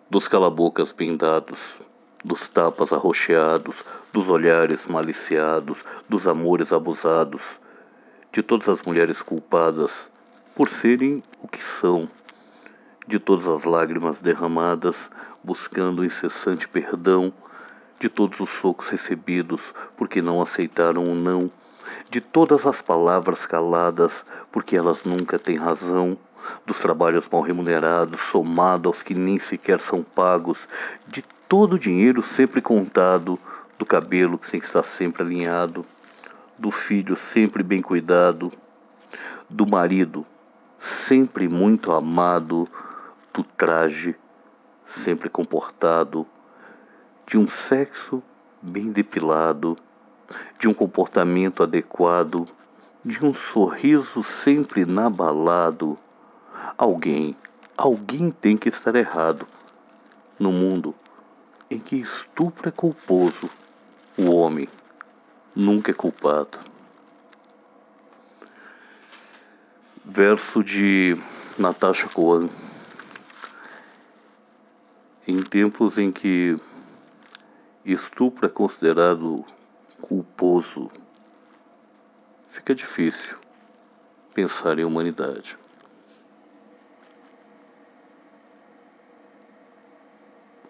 dos calabocas bem dados, dos tapas arroxeados, dos olhares maliciados, dos amores abusados, de todas as mulheres culpadas por serem o que são, de todas as lágrimas derramadas buscando o incessante perdão, de todos os socos recebidos porque não aceitaram o não, de todas as palavras caladas porque elas nunca têm razão, dos trabalhos mal remunerados somado aos que nem sequer são pagos, de todo o dinheiro sempre contado, do cabelo que tem que estar sempre alinhado, do filho sempre bem cuidado, do marido sempre muito amado, do traje sempre comportado, de um sexo bem depilado, de um comportamento adequado, de um sorriso sempre inabalado. Alguém tem que estar errado no mundo em que estupro é culposo, o homem nunca é culpado. Verso de Natasha Cohen. Em tempos em que estupro é considerado culposo, fica difícil pensar em humanidade.